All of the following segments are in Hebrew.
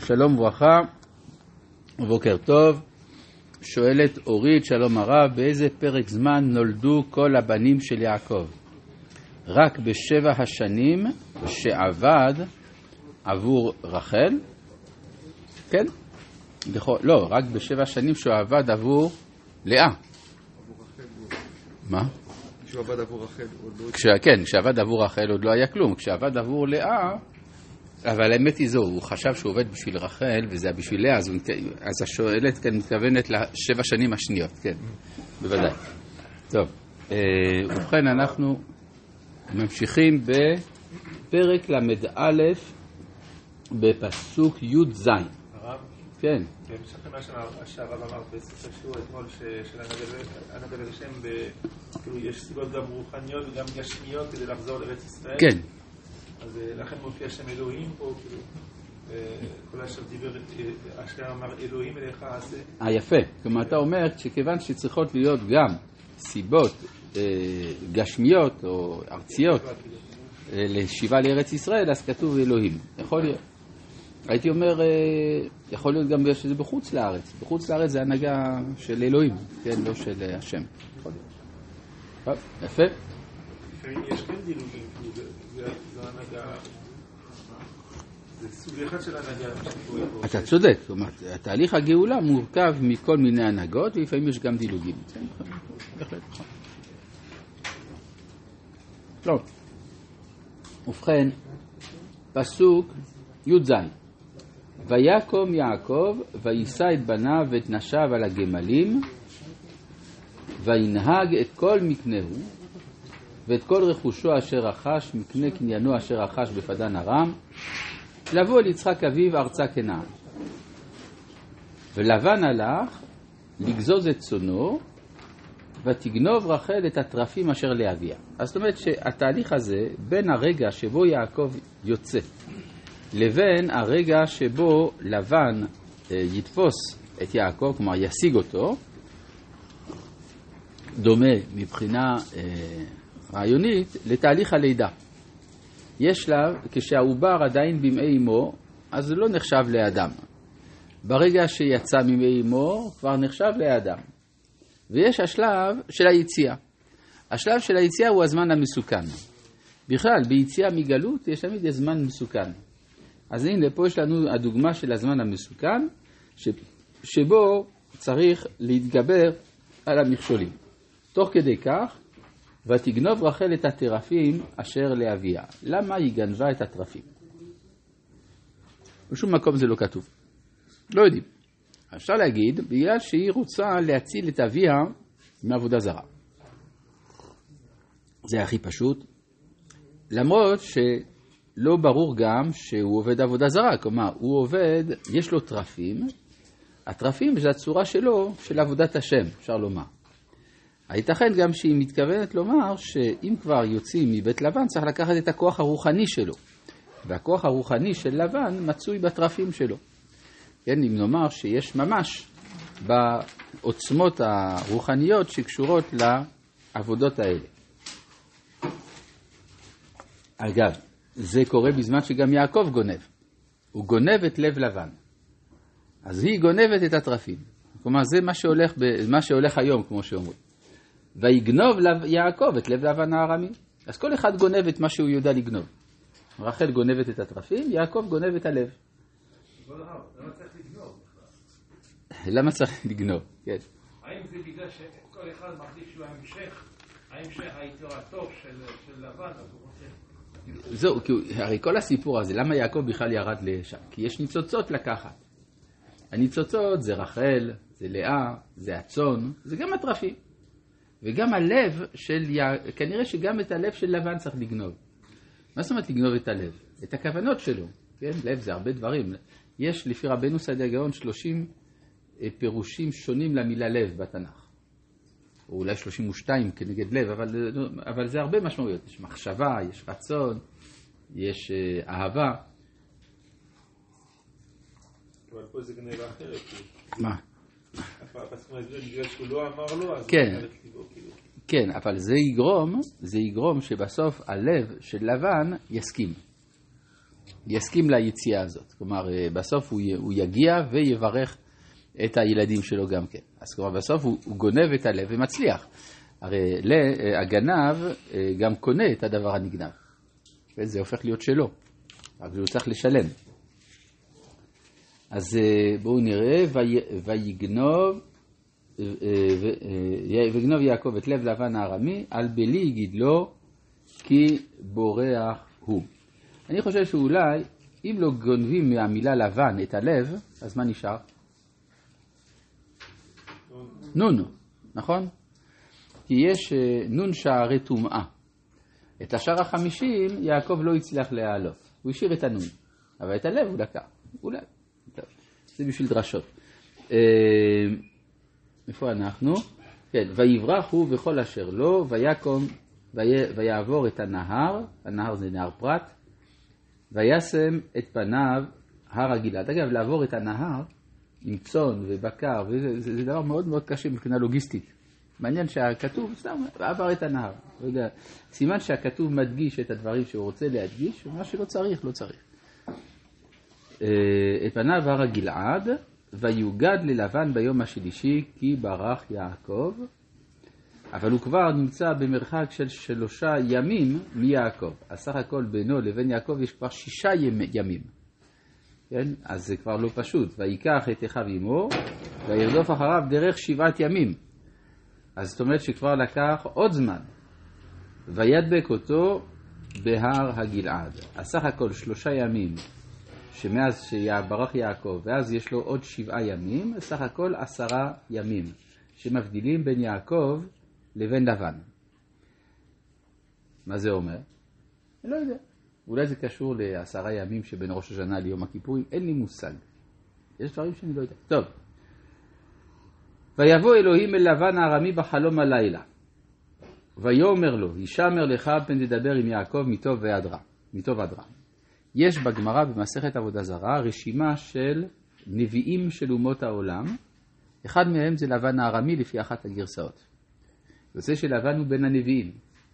שלום וברכה, בוקר טוב. שואלת אורית, שלום הרב, באיזה פרק זמן נולדו כל הבנים של יעקב? רק בשבע השנים שעבד עבור רחל? כן? לא, רק בשבע השנים שהוא עבד עבור לאה. מה? כשהוא עבד עבור רחל עוד לא... כן, כשעבד עבור רחל עוד לא היה כלום. כשעבד עבור לאה, אבל האמת היא זו, הוא חשב שהוא עובד בשביל רחל, וזה היה בשביל לאה, אז השואלת כאן מתכוונת לשבע שנים השניות, כן, בוודאי. טוב, ובכן אנחנו ממשיכים בפרק למד א' בפסוק י' ז'. הרב? כן. בהמשך למה שהרב אמר בספר שיעור אתמול של הנביא לשם, כאילו יש סיבות גם רוחניות וגם גשמיות כדי לחזור לארץ ישראל. כן. אז לכן מופיע שם אלוהים פה, כאילו, כל אשר דיבר, אשר אמר אלוהים אליך עשה. יפה. כלומר, אתה אומר שכיוון שצריכות להיות גם סיבות גשמיות או ארציות לשיבה לארץ ישראל, אז כתוב אלוהים. יכול להיות. הייתי אומר, יכול להיות גם שזה בחוץ לארץ. בחוץ לארץ זה הנהגה של אלוהים, כן, לא של השם. יכול להיות. טוב, יפה. לפעמים יש כן דילוגים, זו הנהגה, זה סוג אחד של הנהגה. אתה צודק, זאת אומרת, התהליך הגאולה מורכב מכל מיני הנהגות, ולפעמים יש גם דילוגים. בהחלט נכון. טוב, ובכן, פסוק י"ז. ויקום יעקב ויישא את בניו ואת נשיו על הגמלים, וינהג את כל מקנהו ואת כל רכושו אשר רכש, מקנה קניינו אשר רכש בפדן ארם, לבוא ליצחק אביו ארצה כנען. ולבן הלך לגזוז את צונו, ותגנוב רחל את הטרפים אשר לאביה. אז זאת אומרת שהתהליך הזה, בין הרגע שבו יעקב יוצא, לבין הרגע שבו לבן יתפוס את יעקב, כלומר ישיג אותו, דומה מבחינה רעיונית לתהליך הלידה. יש שלב, כשהעובר עדיין במעי אמו, אז זה לא נחשב לאדם. ברגע שיצא ממעי אמו, כבר נחשב לאדם. ויש השלב של היציאה. השלב של היציאה הוא הזמן המסוכן. בכלל, ביציאה מגלות יש תמיד זמן מסוכן. אז הנה, פה יש לנו הדוגמה של הזמן המסוכן, שבו צריך להתגבר על המכשולים. תוך כדי כך, ותגנוב רחל את הטרפים אשר לאביה. למה היא גנבה את הטרפים? בשום מקום זה לא כתוב. לא יודעים. אפשר להגיד, בגלל שהיא רוצה להציל את אביה מעבודה זרה. זה הכי פשוט. למרות שלא ברור גם שהוא עובד עבודה זרה. כלומר, הוא עובד, יש לו טרפים. הטרפים זה הצורה שלו, של עבודת השם, אפשר לומר. הייתכן גם שהיא מתכוונת לומר שאם כבר יוצאים מבית לבן צריך לקחת את הכוח הרוחני שלו. והכוח הרוחני של לבן מצוי בטרפים שלו. כן, אם נאמר שיש ממש בעוצמות הרוחניות שקשורות לעבודות האלה. אגב, זה קורה בזמן שגם יעקב גונב. הוא גונב את לב לבן. אז היא גונבת את הטרפים. כלומר, זה מה שהולך היום, כמו שאומרים. ויגנוב יעקב את לב לבן הארמי. אז כל אחד גונב את מה שהוא יודע לגנוב. רחל גונבת את הטרפים, יעקב גונב את הלב. למה צריך לגנוב? למה צריך לגנוב? כן. האם זה בגלל שכל אחד מרגיש שהוא ההמשך היצירתו של לבן, אז הוא רוצה... זהו, הרי כל הסיפור הזה, למה יעקב בכלל ירד לשם? כי יש ניצוצות לקחת. הניצוצות זה רחל, זה לאה, זה הצאן, זה גם הטרפים. וגם הלב כנראה שגם את הלב של לבן צריך לגנוב. מה זאת אומרת לגנוב את הלב? את הכוונות שלו. כן? לב זה הרבה דברים. יש לפי רבנו סעדיה גאון 30 פירושים שונים למילה לב בתנ"ך. או אולי 32 כנגד לב, אבל זה הרבה משמעויות. יש מחשבה, יש רצון, יש אהבה. אבל פה זה גניבה אחרת. מה? בגלל שהוא לא אמר לו, אז כן. כן, אבל זה יגרום שבסוף הלב של לבן יסכים. יסכים ליציאה הזאת. כלומר, בסוף הוא יגיע ויברך את הילדים שלו גם כן. אז כלומר, בסוף הוא גונב את הלב ומצליח. הרי הגנב גם קונה את הדבר הנגנב. וזה הופך להיות שלו. רק הוא צריך לשלם. אז בואו נראה, ויגנוב יעקב את לב לבן הארמי, על בלי יגיד לו, כי בורח הוא. אני חושב שאולי, אם לא גונבים מהמילה לבן את הלב, אז מה נשאר? נון, נכון? כי יש נון שערי טומאה. את השער 50 יעקב לא הצליח להעלות. הוא השאיר את הנון. אבל את הלב הוא לקח. אולי. זה בשביל דרשות. איפה אנחנו? כן, ויברח הוא וכל אשר לו, ויקום, ויעבור את הנהר, הנהר זה נהר פרת, וישם את פניו הר הגלעד. אגב, לעבור את הנהר עם צאן ובקר, זה דבר מאוד מאוד קשה מבחינה לוגיסטית. מעניין שהכתוב סתם עבר את הנהר. סימן שהכתוב מדגיש את הדברים שהוא רוצה להדגיש, ומה שלא צריך, לא צריך. את פניו הר הגלעד, ויוגד ללבן ביום השלישי, כי ברח יעקב. אבל הוא כבר נמצא במרחק של 3 ימים מיעקב. הסך הכל בינו לבין יעקב יש כבר 6 ימים. כן? אז זה כבר לא פשוט. ויקח את אחיו עמו, וירדוף אחריו דרך 7 ימים. אז זאת אומרת שכבר לקח עוד זמן. וידבק אותו בהר הגלעד. הסך הכל 3 ימים, שמאז שברח יעקב, ואז יש לו עוד 7 ימים, סך הכל 10 ימים, שמבדילים בין יעקב לבין לבן. מה זה אומר? אני לא יודע. אולי זה קשור ל10 ימים שבין ראש השנה ליום הכיפורים, אין לי מושג. יש דברים שאני לא יודע. טוב. ויבוא אלוהים אל לבן הארמי בחלום הלילה. ויאמר לו, הישמר לך פן תדבר עם יעקב מטוב ועד רע. יש בגמרא במסכת עבודה זרה רשימה של נביאים של אומות העולם. אחד מהם זה לבן הארמי לפי אחת הגרסאות. יוצא שלבן הוא בין הנביאים.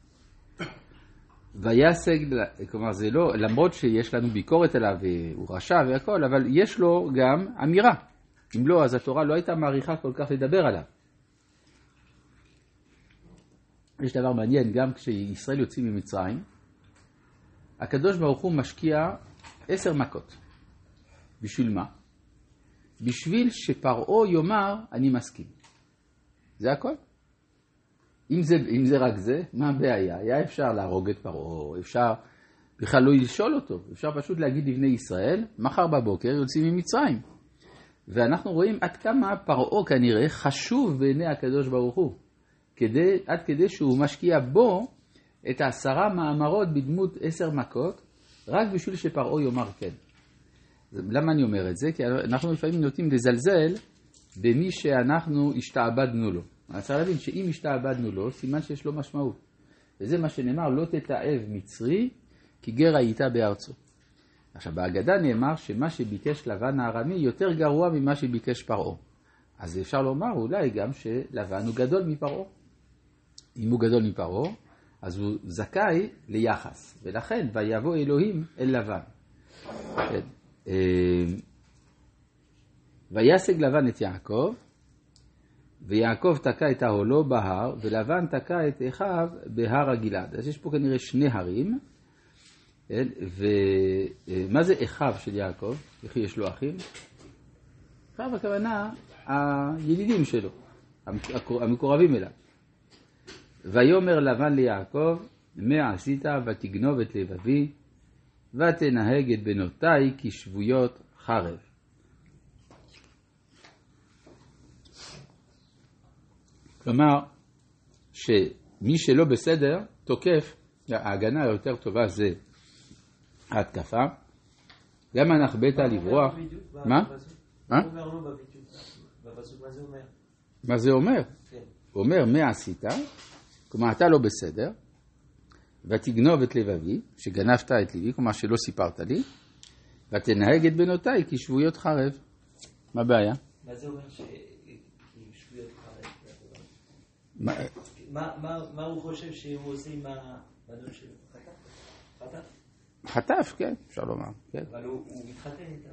וישג, כלומר זה לא, למרות שיש לנו ביקורת עליו והוא רשע והכל, אבל יש לו גם אמירה. אם לא, אז התורה לא הייתה מעריכה כל כך לדבר עליו. יש דבר מעניין, גם כשישראל יוצאים ממצרים, הקדוש ברוך הוא משקיע 10 מכות. בשביל מה? בשביל שפרעה יאמר, אני מסכים. זה הכל. אם זה רק זה, מה הבעיה? היה אפשר להרוג את פרעה, אפשר בכלל לא לשאול אותו, אפשר פשוט להגיד לבני ישראל, מחר בבוקר יוצאים ממצרים. ואנחנו רואים עד כמה פרעה כנראה חשוב בעיני הקדוש ברוך הוא, עד כדי שהוא משקיע בו את 10 מאמרות בדמות 10 מכות, רק בשביל שפרעה יאמר כן. למה אני אומר את זה? כי אנחנו לפעמים נוטים לזלזל במי שאנחנו השתעבדנו לו. אני צריך להבין שאם השתעבדנו לו, סימן שיש לו משמעות. וזה מה שנאמר, לא תתעב מצרי, כי גר היית בארצו. עכשיו, בהגדה נאמר שמה שביקש לבן הארמי יותר גרוע ממה שביקש פרעה. אז אפשר לומר אולי גם שלבן הוא גדול מפרעה. אם הוא גדול מפרעה, אז הוא זכאי ליחס. ולכן, ויבוא אלוהים אל לבן. וישג לבן את יעקב, ויעקב תקע את אהלו בהר, ולבן תקע את אחיו בהר הגלעד. אז יש פה כנראה 2 הרים. ומה זה אחיו של יעקב? איך יש לו אחים? אחיו הכוונה הידידים שלו, המקורבים אליו. ויאמר לבן ליעקב, מה עשית ותגנוב את לבבי, ותנהג את בנותיי כשבויות חרב. כלומר, שמי שלא בסדר, תוקף, ההגנה היותר טובה זה ההתקפה. גם אנחנו בטא לברוח. מה? מה זה אומר? הוא אומר, מה עשית? כלומר, אתה לא בסדר, ותגנוב את לבבי, שגנבת את לבי, כלומר שלא סיפרת לי, ותנהג את בנותיי כשבויות חרב. מה הבעיה? מה זה אומר שבויות חרב? מה הוא חושב שהוא עושה עם הבנות שלו? חטף? חטף, כן, אפשר לומר. כן. אבל הוא מתחתן איתה.